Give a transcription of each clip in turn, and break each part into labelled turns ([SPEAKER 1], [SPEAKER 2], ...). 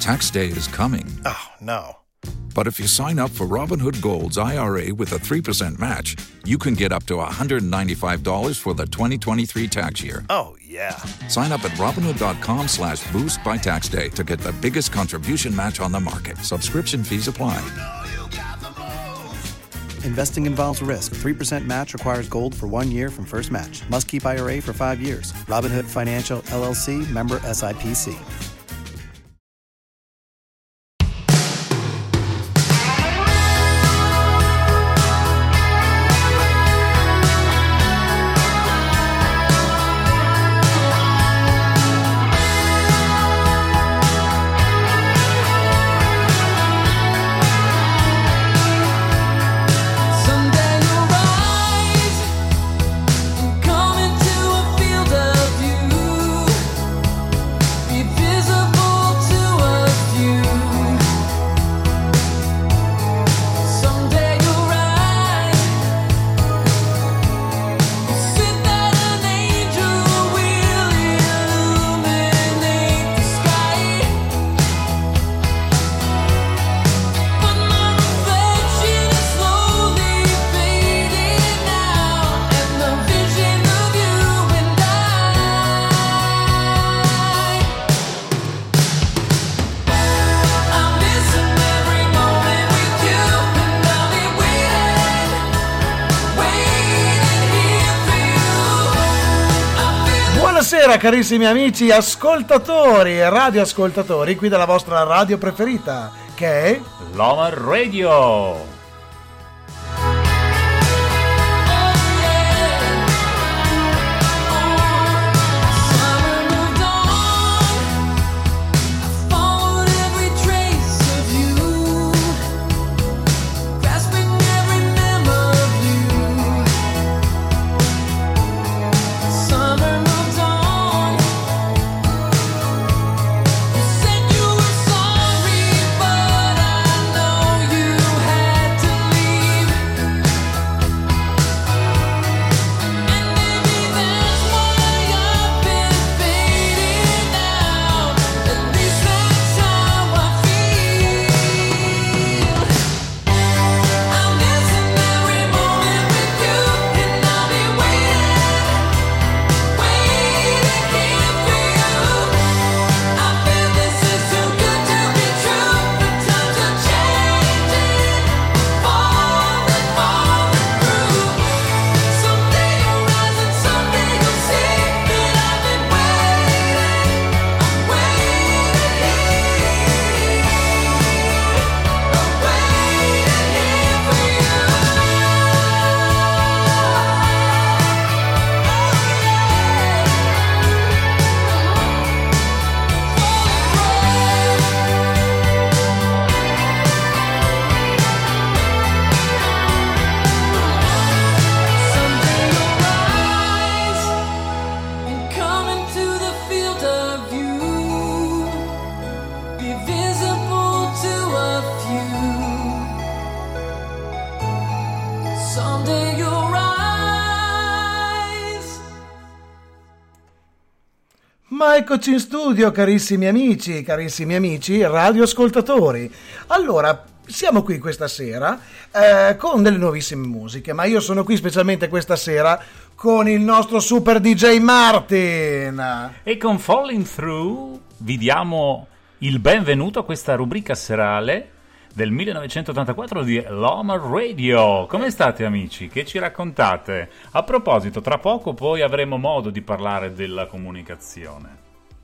[SPEAKER 1] Tax day is coming.
[SPEAKER 2] Oh, no.
[SPEAKER 1] But if you sign up for Robinhood Gold's IRA with a 3% match, you can get up to $195 for the 2023 tax year.
[SPEAKER 2] Oh, yeah.
[SPEAKER 1] Sign up at Robinhood.com/boost by tax day to get the biggest contribution match on the market. Subscription fees apply.
[SPEAKER 3] Investing involves risk. 3% match requires gold for 1 year from first match. Must keep IRA for 5 years. Robinhood Financial, LLC, member SIPC.
[SPEAKER 4] Buonasera carissimi amici ascoltatori e radioascoltatori qui della vostra radio preferita, che è
[SPEAKER 5] Lomar Radio.
[SPEAKER 4] Ma eccoci in studio, carissimi amici, radioascoltatori. Allora, siamo qui questa sera con delle nuovissime musiche, ma io sono qui specialmente questa sera con il nostro super DJ Martin.
[SPEAKER 5] E con Falling Through vi diamo il benvenuto a questa rubrica serale del 1984 di Lomar Radio. Come state amici? Che ci raccontate? A proposito, tra poco poi avremo modo di parlare della comunicazione.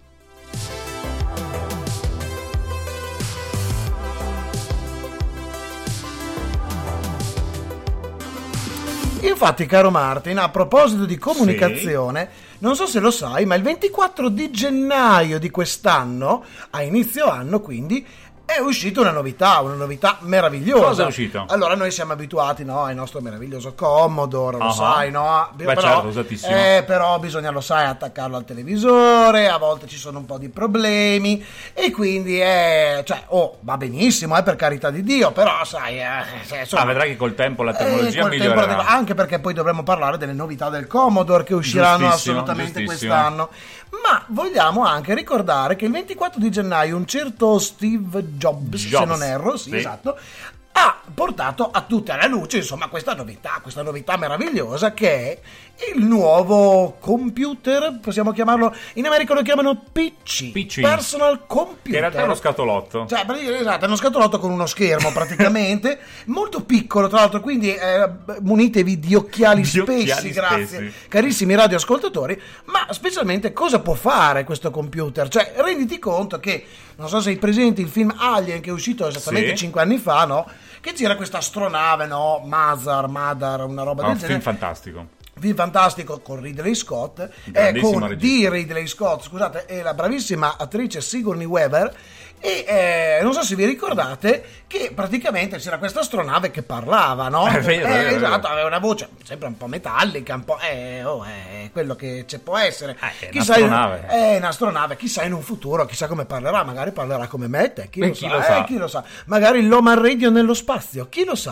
[SPEAKER 4] Infatti, caro Martin, a proposito di comunicazione, non so se lo sai, ma il 24 di gennaio di quest'anno, a inizio anno quindi, è uscita una novità meravigliosa.
[SPEAKER 5] Cosa è uscito?
[SPEAKER 4] Allora, noi siamo abituati, no, al nostro meraviglioso Commodore, lo sai, no?
[SPEAKER 5] Beh, certo, usatissimo.
[SPEAKER 4] Però bisogna, lo sai, attaccarlo al televisore, a volte ci sono un po' di problemi, e quindi va benissimo, per carità di Dio, però sai, insomma,
[SPEAKER 5] vedrai che col tempo la tecnologia migliorerà.
[SPEAKER 4] Anche perché poi dovremo parlare delle novità del Commodore che usciranno assolutamente quest'anno. Ma vogliamo anche ricordare che il 24 di gennaio un certo Steve Jobs, se non erro, sì, esatto, ha portato a tutti alla luce, insomma, questa novità meravigliosa, che è il nuovo computer, possiamo chiamarlo, in America lo chiamano PC. Personal Computer,
[SPEAKER 5] che in realtà è uno scatolotto,
[SPEAKER 4] esatto, è uno scatolotto con uno schermo praticamente molto piccolo, tra l'altro, quindi munitevi di occhiali spessi, grazie carissimi radioascoltatori. Ma specialmente cosa può fare questo computer? Cioè, renditi conto che, non so se hai presente il film Alien, che è uscito esattamente 5 anni fa, no? Che gira questa astronave, no? Madar, una roba del genere. Film fantastico con Ridley Scott, Ridley Scott, scusate, e la bravissima attrice Sigourney Weaver. E non so se vi ricordate che praticamente c'era questa astronave che parlava, no? Esatto, aveva una voce sempre un po' metallica, un po' quello che può essere.
[SPEAKER 5] È
[SPEAKER 4] un'astronave, chissà in un futuro, chissà come parlerà, magari parlerà come me e te, chi lo sa. Magari l'Oman Radio nello spazio, chi lo sa.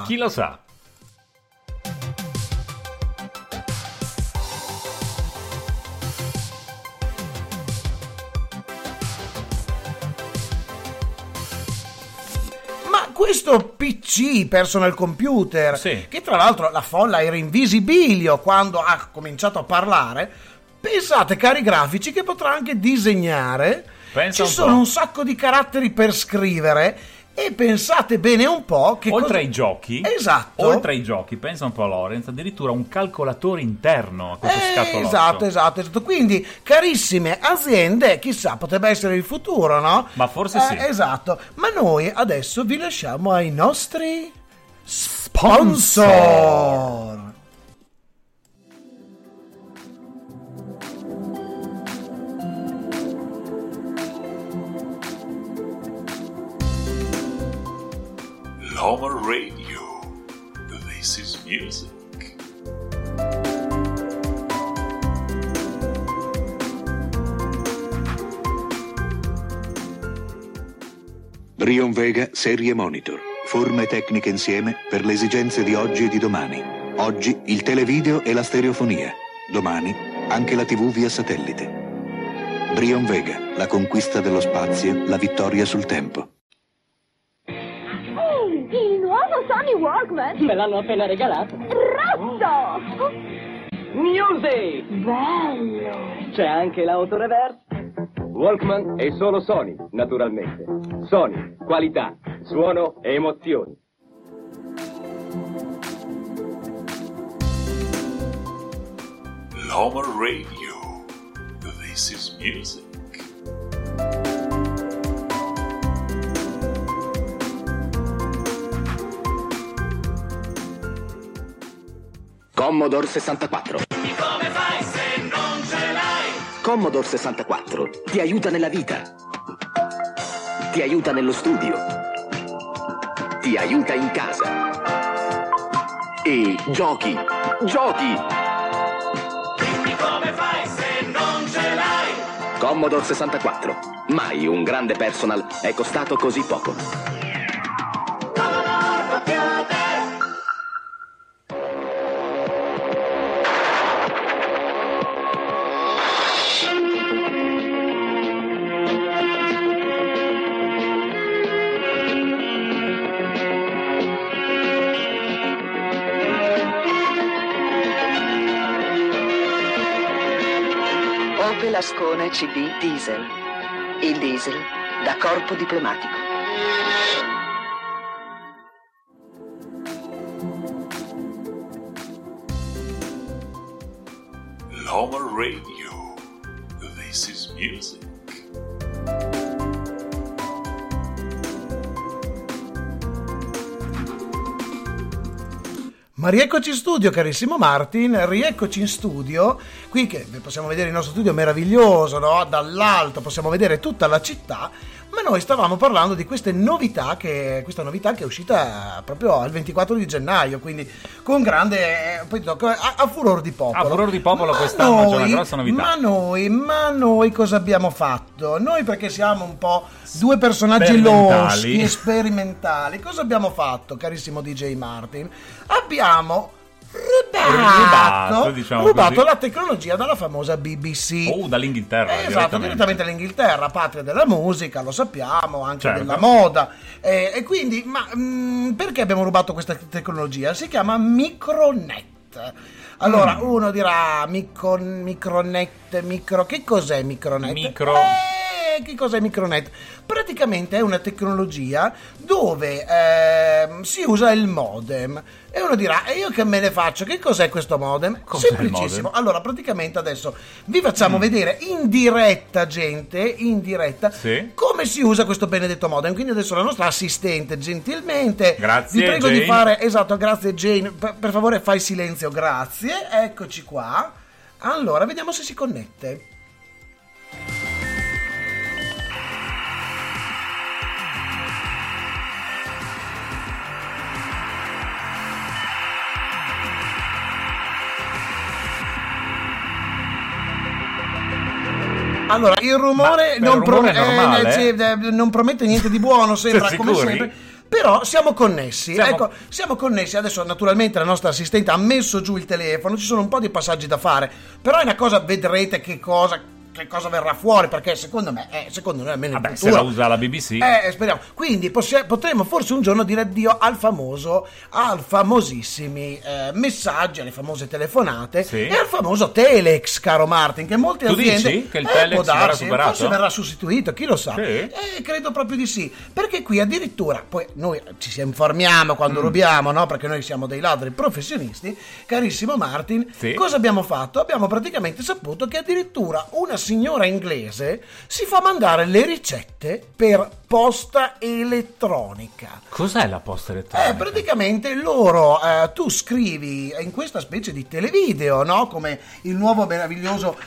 [SPEAKER 4] Questo PC, personal computer, che tra l'altro la folla era in visibilio quando ha cominciato a parlare, pensate, cari grafici, che potrà anche disegnare. Ci sono un sacco di caratteri per scrivere. E pensate bene un po' che
[SPEAKER 5] ai giochi, pensa un po' Lorenz, addirittura un calcolatore interno a questo scatolotto.
[SPEAKER 4] Esatto. Quindi, carissime aziende, chissà, potrebbe essere il futuro, no?
[SPEAKER 5] Ma forse sì.
[SPEAKER 4] Esatto. Ma noi adesso vi lasciamo ai nostri sponsor.
[SPEAKER 2] Homer Radio. This is music.
[SPEAKER 6] Brion Vega Serie Monitor. Forme tecniche insieme per le esigenze di oggi e di domani. Oggi il televideo e la stereofonia. Domani anche la TV via satellite. Brion Vega, la conquista dello spazio, la vittoria sul tempo.
[SPEAKER 7] Il nuovo Sony Walkman!
[SPEAKER 8] Me l'hanno appena regalato!
[SPEAKER 7] Rosso!
[SPEAKER 8] Music!
[SPEAKER 7] Bello!
[SPEAKER 8] C'è anche l'auto reverse. Walkman è solo Sony, naturalmente. Sony, qualità, suono e emozioni.
[SPEAKER 2] Homer Radio. This is music.
[SPEAKER 9] Commodore 64. Come fai se non ce l'hai? Commodore 64 ti aiuta nella vita, ti aiuta nello studio, ti aiuta in casa e giochi. Dimmi come fai se non ce l'hai? Commodore 64. Mai un grande personal è costato così poco.
[SPEAKER 10] Opel Ascona CB Diesel. Il diesel da corpo diplomatico.
[SPEAKER 2] Homer Radio. This is music.
[SPEAKER 4] Ma rieccoci in studio, carissimo Martin, rieccoci in studio, qui che possiamo vedere il nostro studio meraviglioso, no? Dall'alto possiamo vedere tutta la città, ma noi stavamo parlando di questa novità che è uscita proprio il 24 di gennaio, quindi con grande a furor di popolo.
[SPEAKER 5] A furor di popolo quest'anno c'è una grossa novità.
[SPEAKER 4] Ma noi cosa abbiamo fatto? Noi, perché siamo un po' due personaggi loschi e sperimentali, cosa abbiamo fatto, carissimo DJ Martin? Abbiamo rubato la tecnologia dalla famosa BBC.
[SPEAKER 5] Dall'Inghilterra.
[SPEAKER 4] Esatto, direttamente dall'Inghilterra, patria della musica, lo sappiamo, anche della moda. E quindi, perché abbiamo rubato questa tecnologia? Si chiama Micronet. Allora, uno dirà Micronet, che cos'è Micronet? Che cos'è Micronet? Praticamente è una tecnologia dove si usa il modem. E uno dirà, e io che me ne faccio? Che cos'è questo modem?
[SPEAKER 5] Cos'è
[SPEAKER 4] semplicissimo. Allora, praticamente adesso vi facciamo vedere in diretta, come si usa questo benedetto modem. Quindi adesso la nostra assistente, gentilmente,
[SPEAKER 5] grazie,
[SPEAKER 4] vi prego
[SPEAKER 5] Jane.
[SPEAKER 4] di fare, esatto, grazie Jane, per favore fai silenzio, grazie. Eccoci qua. Allora, vediamo se si connette. Allora, il rumore non promette niente di buono, sembra come sempre. Però siamo connessi. Siamo connessi. Adesso naturalmente la nostra assistente ha messo giù il telefono, ci sono un po' di passaggi da fare, però è una cosa, vedrete che cosa verrà fuori, perché secondo me almeno in
[SPEAKER 5] se la usa la BBC,
[SPEAKER 4] speriamo. Quindi potremo forse un giorno dire addio al famosissimi messaggi, alle famose telefonate e al famoso telex, caro Martin, che molte aziende
[SPEAKER 5] dici che il telex verrà recuperato?
[SPEAKER 4] Forse verrà sostituito, chi lo sa. Credo proprio di sì, perché qui addirittura, poi noi ci informiamo quando rubiamo, no? Perché noi siamo dei ladri professionisti, carissimo Martin. Cosa abbiamo fatto? Abbiamo praticamente saputo che addirittura una signora inglese si fa mandare le ricette per posta elettronica.
[SPEAKER 5] Cos'è la posta elettronica?
[SPEAKER 4] Praticamente loro, tu scrivi in questa specie di televideo, no? Come il nuovo meraviglioso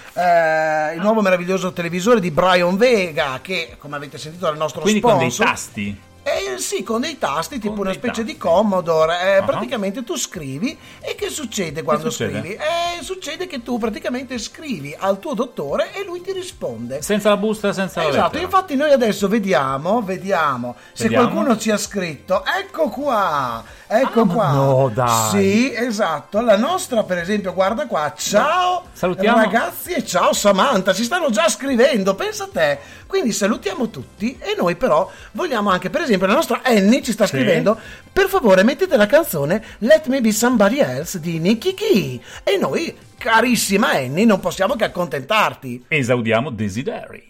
[SPEAKER 4] televisore di Brian Vega, che come avete sentito dal nostro
[SPEAKER 5] sponsor.
[SPEAKER 4] Quindi
[SPEAKER 5] con dei tasti?
[SPEAKER 4] Sì, con dei tasti, tipo una specie di Commodore. Praticamente tu scrivi, e che succede quando scrivi? Succede che tu praticamente scrivi al tuo dottore e lui ti risponde.
[SPEAKER 5] Senza la busta, senza la lettera.
[SPEAKER 4] Infatti noi adesso vediamo se qualcuno ci ha scritto. Ecco qua.
[SPEAKER 5] No, dai.
[SPEAKER 4] Sì, esatto. La nostra, per esempio, guarda qua. Ciao,
[SPEAKER 5] salutiamo
[SPEAKER 4] ragazzi, e ciao Samantha. Ci stanno già scrivendo, pensa a te. Quindi salutiamo tutti, e noi però vogliamo anche, per esempio, la nostra Annie ci sta scrivendo: per favore mettete la canzone Let Me Be Somebody Else di Nicky Key. E noi, carissima Annie, non possiamo che accontentarti.
[SPEAKER 5] Esaudiamo desideri.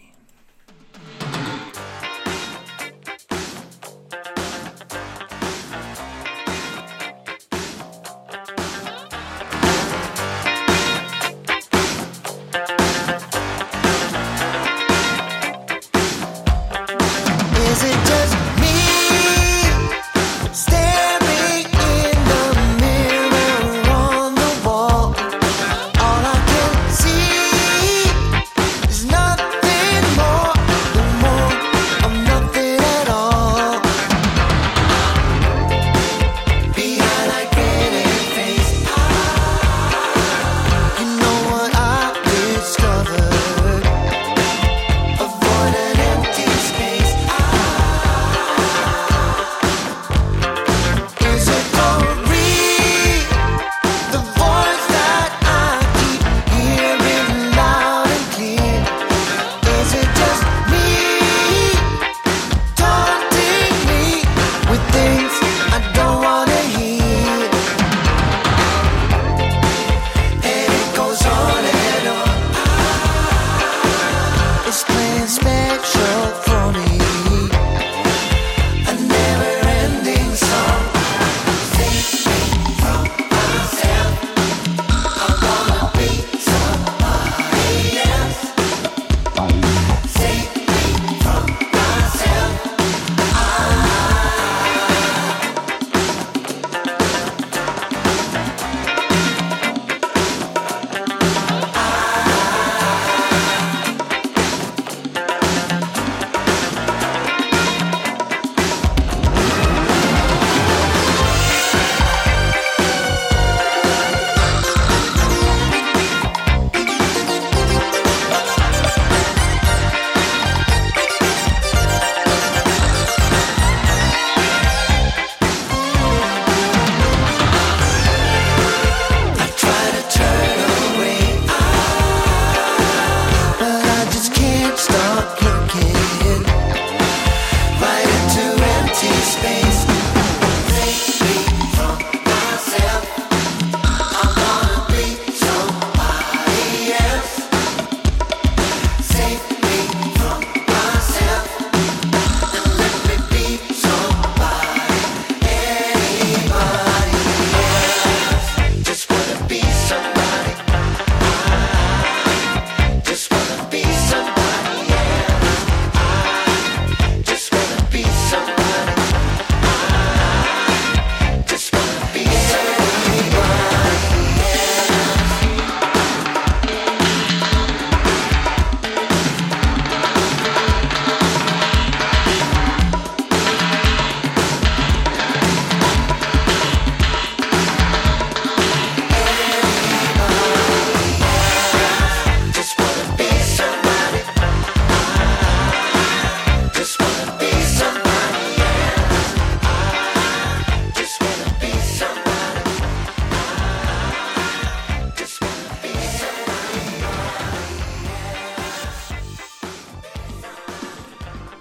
[SPEAKER 11] All I can see is nothing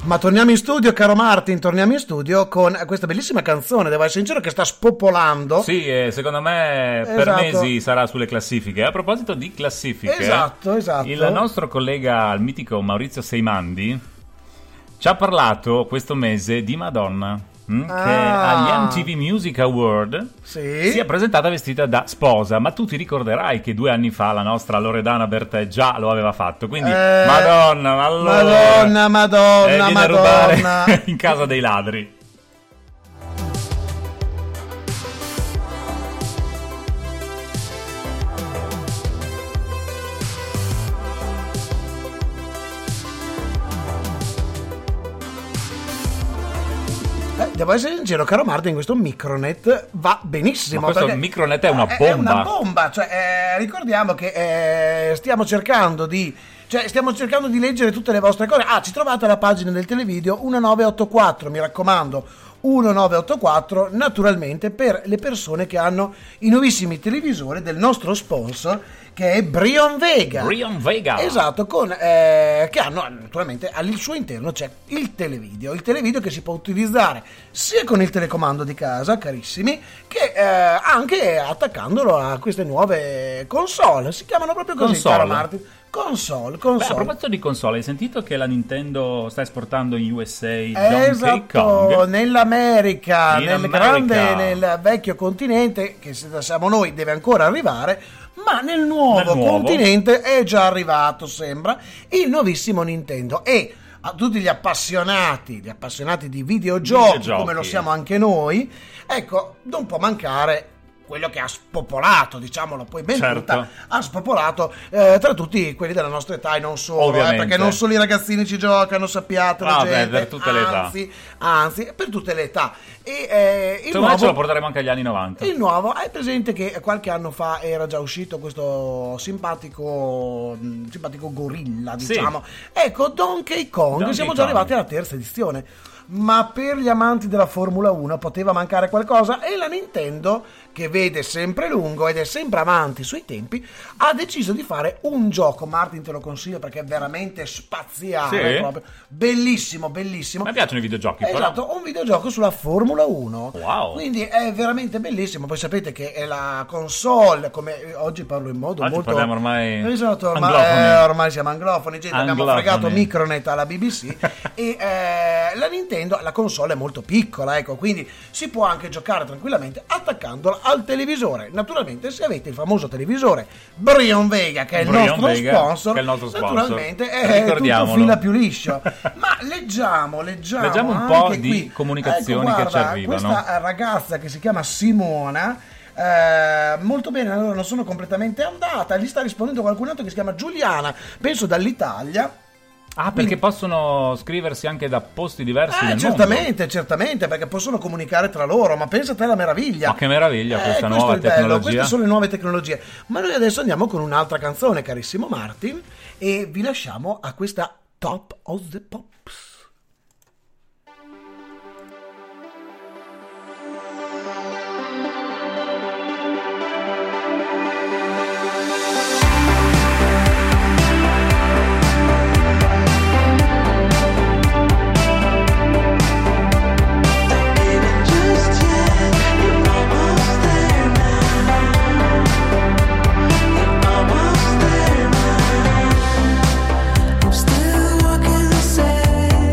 [SPEAKER 4] Ma torniamo in studio, caro Martin, torniamo in studio con questa bellissima canzone, devo essere sincero, che sta spopolando.
[SPEAKER 5] Sì, secondo me per mesi sarà sulle classifiche. A proposito di classifiche,
[SPEAKER 4] esatto.
[SPEAKER 5] Il nostro collega, il mitico Maurizio Seimandi, ci ha parlato questo mese di Madonna. Che agli MTV Music Award si è presentata vestita da sposa, ma tu ti ricorderai che 2 anni fa la nostra Loredana Bertè già lo aveva fatto, quindi Madonna, allora viene a rubare in casa dei ladri.
[SPEAKER 4] Devo essere sincero, caro Martin, questo Micronet va benissimo.
[SPEAKER 5] Ma questo Micronet è una bomba.
[SPEAKER 4] È una bomba, cioè, ricordiamo che stiamo cercando di leggere tutte le vostre cose. Ci trovate la pagina del televideo 1984, mi raccomando, 1984, naturalmente per le persone che hanno i nuovissimi televisori del nostro sponsor, che è Brion Vega. Esatto, che hanno naturalmente al suo interno c'è il televideo che si può utilizzare sia con il telecomando di casa, carissimi, che anche attaccandolo a queste nuove console. Si chiamano proprio così, caro Martin. Console.
[SPEAKER 5] Beh, a proposito di console, hai sentito che la Nintendo sta esportando in USA Donkey Kong?
[SPEAKER 4] Nell'America, nel vecchio continente, che siamo noi, deve ancora arrivare, ma nel nuovo continente è già arrivato, sembra, il nuovissimo Nintendo. E a tutti gli appassionati di videogiochi, come lo siamo anche noi, ecco, non può mancare quello che ha spopolato, diciamolo poi ben tutta, ha spopolato tra tutti quelli della nostra età e non solo, perché non solo i ragazzini ci giocano, sappiatelo, gente,
[SPEAKER 5] per tutte le età.
[SPEAKER 4] Anzi, per tutte le età. E il nuovo,
[SPEAKER 5] ce lo porteremo anche agli anni 90.
[SPEAKER 4] Il nuovo, hai presente che qualche anno fa era già uscito questo simpatico gorilla, diciamo. Sì. Ecco, Donkey Kong, siamo già arrivati alla terza edizione. Ma per gli amanti della Formula 1 poteva mancare qualcosa, e la Nintendo, che vede sempre lungo ed è sempre avanti sui tempi, ha deciso di fare un gioco. Martin, te lo consiglio perché è veramente spaziale, proprio bellissimo. Mi
[SPEAKER 5] piacciono i videogiochi.
[SPEAKER 4] Esatto, un videogioco sulla Formula 1.
[SPEAKER 5] Wow.
[SPEAKER 4] Quindi è veramente bellissimo. Poi sapete che è la console, come oggi parlo in modo molto...
[SPEAKER 5] parliamo ormai...
[SPEAKER 4] Esatto, ormai siamo anglofoni, gente, abbiamo fregato Micronet alla BBC e la Nintendo, la console è molto piccola, ecco, quindi si può anche giocare tranquillamente attaccandola al televisore. Naturalmente, se avete il famoso televisore Brion Vega, che è il nostro sponsor, naturalmente è tutto fila più liscio. Ma leggiamo
[SPEAKER 5] un po' di
[SPEAKER 4] qui
[SPEAKER 5] comunicazioni,
[SPEAKER 4] ecco, guarda,
[SPEAKER 5] che ci arrivano.
[SPEAKER 4] Questa ragazza che si chiama Simona, molto bene, allora non sono completamente andata, gli sta rispondendo qualcun altro che si chiama Giuliana, penso dall'Italia.
[SPEAKER 5] Perché possono scriversi anche da posti diversi nel
[SPEAKER 4] certamente, perché possono comunicare tra loro, ma pensate alla meraviglia.
[SPEAKER 5] Ma che meraviglia questa nuova tecnologia.
[SPEAKER 4] Queste sono le nuove tecnologie. Ma noi adesso andiamo con un'altra canzone, carissimo Martin, e vi lasciamo a questa Top of the Pops.
[SPEAKER 11] Still walking the same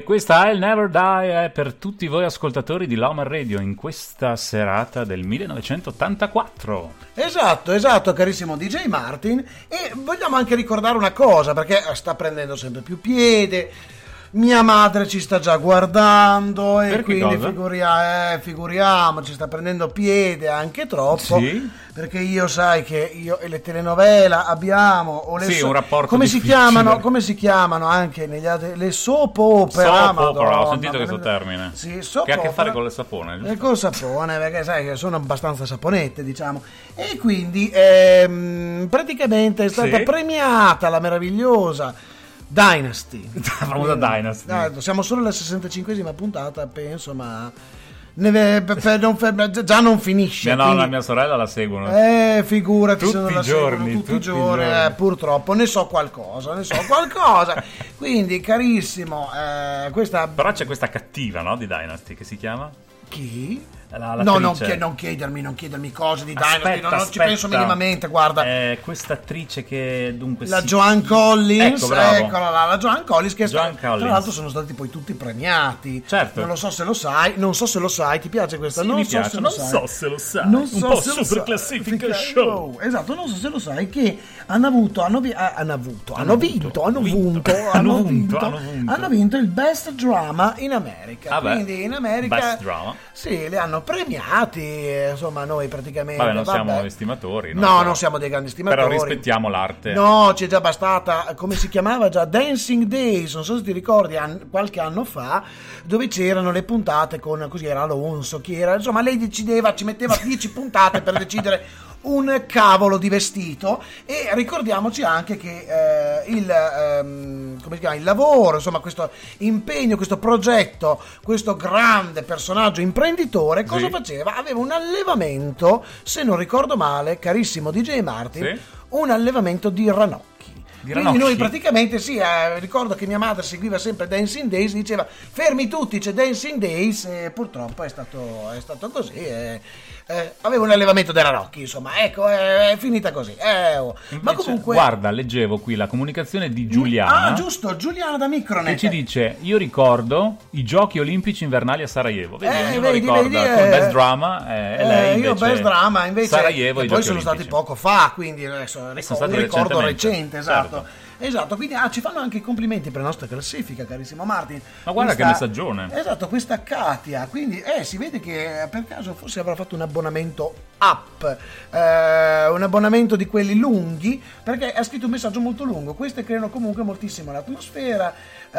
[SPEAKER 5] questa I'll Never Die è per tutti voi ascoltatori di Loma Radio in questa serata del 1984.
[SPEAKER 4] Esatto, carissimo DJ Martin. E vogliamo anche ricordare una cosa, perché sta prendendo sempre più piede. Mia madre ci sta già guardando e quindi figuriamoci, sta prendendo piede anche troppo. Sì? Perché io sai che io e le telenovela abbiamo o le
[SPEAKER 5] un rapporto
[SPEAKER 4] come
[SPEAKER 5] difficile.
[SPEAKER 4] come si chiamano anche negli altri, le soap opera.
[SPEAKER 5] Ho sentito questo termine.
[SPEAKER 4] Sì,
[SPEAKER 5] che ha a che fare con il sapone.
[SPEAKER 4] E col sapone, perché sai che sono abbastanza saponette, diciamo. E quindi praticamente è stata premiata la meravigliosa Dynasty.
[SPEAKER 5] Dynasty.
[SPEAKER 4] Siamo solo alla 65esima puntata, penso, ma già non finisce.
[SPEAKER 5] No, quindi... la mia sorella la seguono.
[SPEAKER 4] Figurati,
[SPEAKER 5] tutti i giorni.
[SPEAKER 4] Purtroppo ne so qualcosa. Quindi, carissimo, questa.
[SPEAKER 5] Però c'è questa cattiva, no, di Dynasty, che si chiama?
[SPEAKER 4] Chi? Non chiedermi cose di Dynasty, non ci penso minimamente, guarda.
[SPEAKER 5] Questa attrice che dunque
[SPEAKER 4] la Joan Collins,
[SPEAKER 5] eccola
[SPEAKER 4] là, la Joan Collins che
[SPEAKER 5] Collins.
[SPEAKER 4] Tra l'altro sono stati poi tutti premiati.
[SPEAKER 5] Certo.
[SPEAKER 4] Non so se lo sai, ti piace questa?
[SPEAKER 5] Sì,
[SPEAKER 4] non
[SPEAKER 5] so se lo sai. Un po' super classifica show.
[SPEAKER 4] Esatto, non so se lo sai che hanno vinto il Best Drama in America. Quindi in America
[SPEAKER 5] Best Drama.
[SPEAKER 4] Sì, li hanno premiati, insomma noi praticamente...
[SPEAKER 5] non siamo estimatori.
[SPEAKER 4] No, non siamo dei grandi stimatori.
[SPEAKER 5] Però rispettiamo l'arte.
[SPEAKER 4] No, c'è già bastata, come si chiamava già, Dancing Days, non so se ti ricordi, qualche anno fa, dove c'erano le puntate con, così era Alonso, chi era, insomma lei decideva, ci metteva 10 puntate per decidere un cavolo di vestito. E ricordiamoci anche che come si chiama, il lavoro, insomma questo impegno, questo progetto, questo grande personaggio imprenditore cosa faceva? Aveva un allevamento, se non ricordo male, carissimo DJ Martin, un allevamento di ranocchi. Quindi noi praticamente ricordo che mia madre seguiva sempre Dancing Days, diceva fermi tutti, c'è Dancing Days, e purtroppo è stato così. Aveva un allevamento dei ranocchi, insomma, ecco, è finita così.
[SPEAKER 5] Invece,
[SPEAKER 4] ma comunque,
[SPEAKER 5] guarda, leggevo qui la comunicazione di Giuliana.
[SPEAKER 4] Giusto, Giuliana da Micronet.
[SPEAKER 5] Che ci dice: io ricordo i giochi olimpici invernali a Sarajevo. Vedi, Best Drama e lei invece.
[SPEAKER 4] Io Best Drama invece
[SPEAKER 5] Sarajevo,
[SPEAKER 4] e poi sono stati poco fa, quindi adesso un ricordo recente, esatto.
[SPEAKER 5] Certo.
[SPEAKER 4] Esatto, quindi ci fanno anche i complimenti per la nostra classifica, carissimo Martin.
[SPEAKER 5] Ma guarda che messaggione.
[SPEAKER 4] Esatto, questa Katia, quindi si vede che per caso forse avrà fatto un abbonamento up, un abbonamento di quelli lunghi, perché ha scritto un messaggio molto lungo. Queste creano comunque moltissimo l'atmosfera.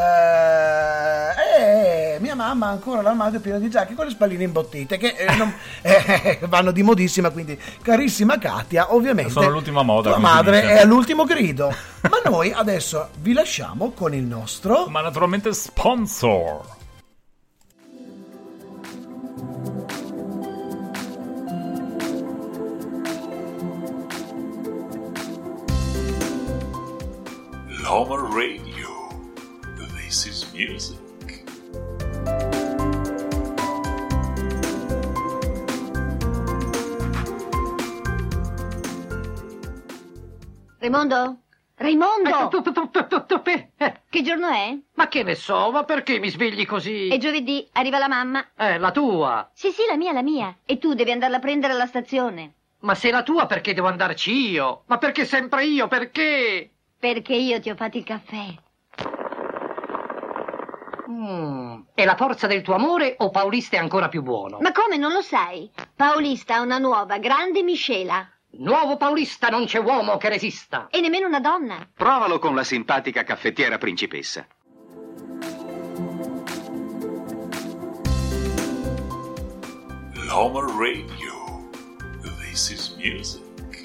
[SPEAKER 4] Mia mamma ha ancora l'armadio pieno di giacche con le spalline imbottite che vanno di modissima, quindi carissima Katia, ovviamente
[SPEAKER 5] sono l'ultima moda,
[SPEAKER 4] tua madre è all'ultimo grido. Ma noi adesso vi lasciamo con il nostro,
[SPEAKER 5] ma naturalmente, sponsor.
[SPEAKER 2] Loma Radio. This is music.
[SPEAKER 7] Raimondo? Che giorno è?
[SPEAKER 11] Ma che ne so, ma perché mi svegli così?
[SPEAKER 7] È giovedì, arriva la mamma.
[SPEAKER 11] La tua?
[SPEAKER 7] Sì, la mia. E tu devi andarla a prendere alla stazione.
[SPEAKER 11] Ma se la tua, perché devo andarci io? Ma perché sempre io? Perché?
[SPEAKER 7] Perché io ti ho fatto il caffè.
[SPEAKER 11] È la forza del tuo amore o Paulista è ancora più buono?
[SPEAKER 7] Ma come, non lo sai? Paulista ha una nuova, grande miscela.
[SPEAKER 11] Nuovo Paulista, non c'è uomo che resista.
[SPEAKER 7] E nemmeno una donna.
[SPEAKER 9] Provalo con la simpatica caffettiera principessa.
[SPEAKER 2] Loma Radio. This is music.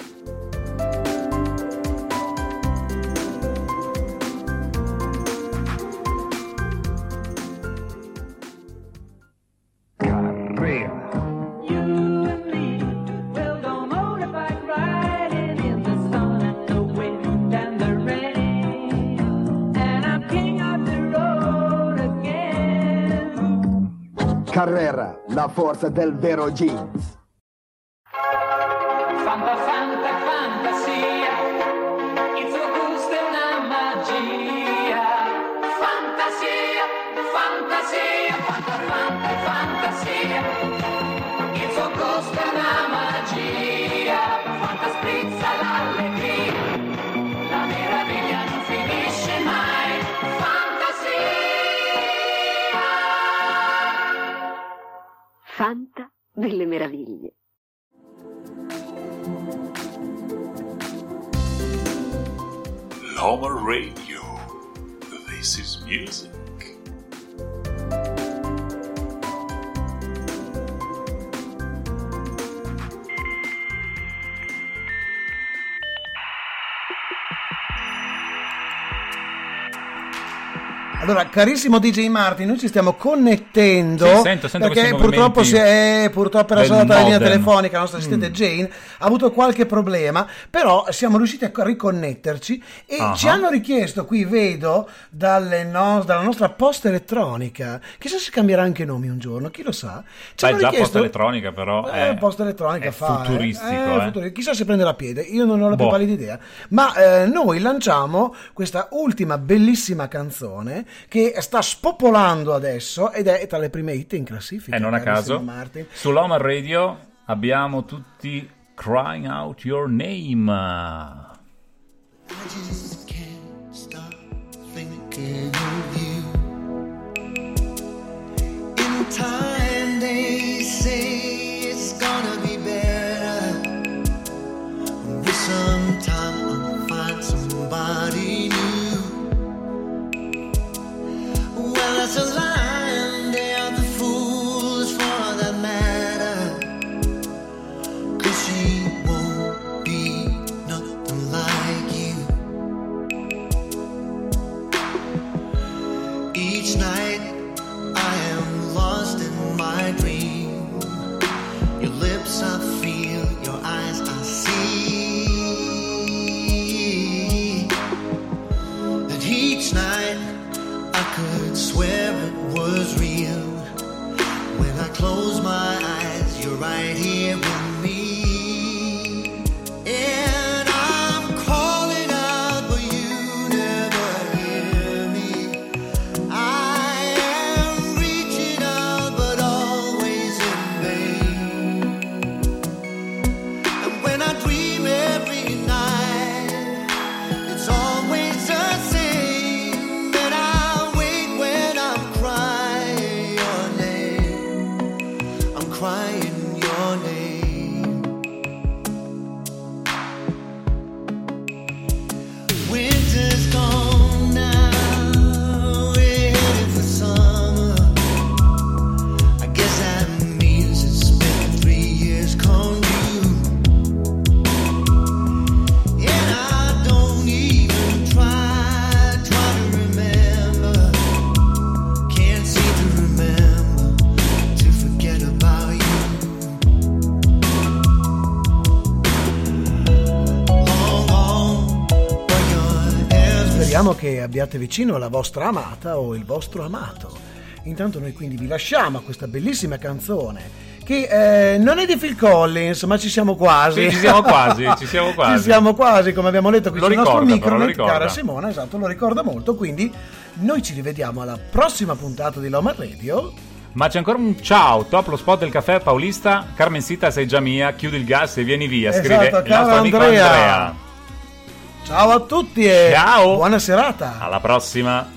[SPEAKER 12] Carrera, la forza del vero jeans.
[SPEAKER 13] Fantasia, il suo gusto è una magia. Fantasia, fantasia, quanta fantasia, il suo gusto è una magia, quanta sprizza l'allegria, la meraviglia non finisce mai, fantasia.
[SPEAKER 7] Fanta delle meraviglie.
[SPEAKER 2] Loma Radio. This is music.
[SPEAKER 4] Allora, carissimo DJ Martin, noi ci stiamo connettendo.
[SPEAKER 5] Sì, sento
[SPEAKER 4] perché purtroppo era saltata la linea telefonica, la nostra assistente Jane ha avuto qualche problema, però siamo riusciti a riconnetterci e ci hanno richiesto, qui vedo dalla nostra posta elettronica, chissà se cambierà anche nomi un giorno, chi lo sa.
[SPEAKER 5] Già posta elettronica però
[SPEAKER 4] posta elettronica
[SPEAKER 5] è futuristico,
[SPEAKER 4] chissà se prenderà piede, io non ho la più pallida idea, ma noi lanciamo questa ultima bellissima canzone che sta spopolando adesso ed è tra le prime hit in classifica.
[SPEAKER 5] E non a caso
[SPEAKER 4] Martin.
[SPEAKER 5] Su Loma Radio abbiamo tutti Crying Out Your Name.
[SPEAKER 13] I just can't stop thinking of you. In time they say it's gonna be better. With some time I'll find somebody new. Well, that's a line, they are the fools for that matter. 'Cause she won't be nothing like you. Each night I am lost in my dream. Your lips I feel, your eyes I see. And each night I could swear it was real. When I close my eyes, you're right here with me. And I'm calling out, but you never hear me. I am reaching out, but always in vain. And when I dream every night, it's always the same. And I wait when I'm crying your name. I'm crying your name. Winter's gone now, we're headed for summer. I guess that means it's been 3 years con you. And I don't even try to remember. Can't seem to remember to forget about you. Long gone, but you're ever
[SPEAKER 4] Speriamo che abbiate vicino la vostra amata o il vostro amato. Intanto noi quindi vi lasciamo a questa bellissima canzone che non è di Phil Collins, ma ci siamo quasi.
[SPEAKER 5] Sì, ci siamo quasi.
[SPEAKER 4] Ci siamo quasi, come abbiamo letto qui
[SPEAKER 5] Lo
[SPEAKER 4] sul nostro
[SPEAKER 5] ricorda,
[SPEAKER 4] micro,
[SPEAKER 5] però, lo ricorda.
[SPEAKER 4] cara Simona, esatto, lo ricorda molto, quindi noi ci rivediamo alla prossima puntata di Loma Radio.
[SPEAKER 5] Ma c'è ancora un ciao, top lo spot del caffè Paulista. Carmencita sei già mia, chiudi il gas e vieni via, scrive
[SPEAKER 4] Esatto,
[SPEAKER 5] il nostro amico Andrea.
[SPEAKER 4] Ciao a tutti e
[SPEAKER 5] Ciao.
[SPEAKER 4] buona serata.
[SPEAKER 5] Alla prossima.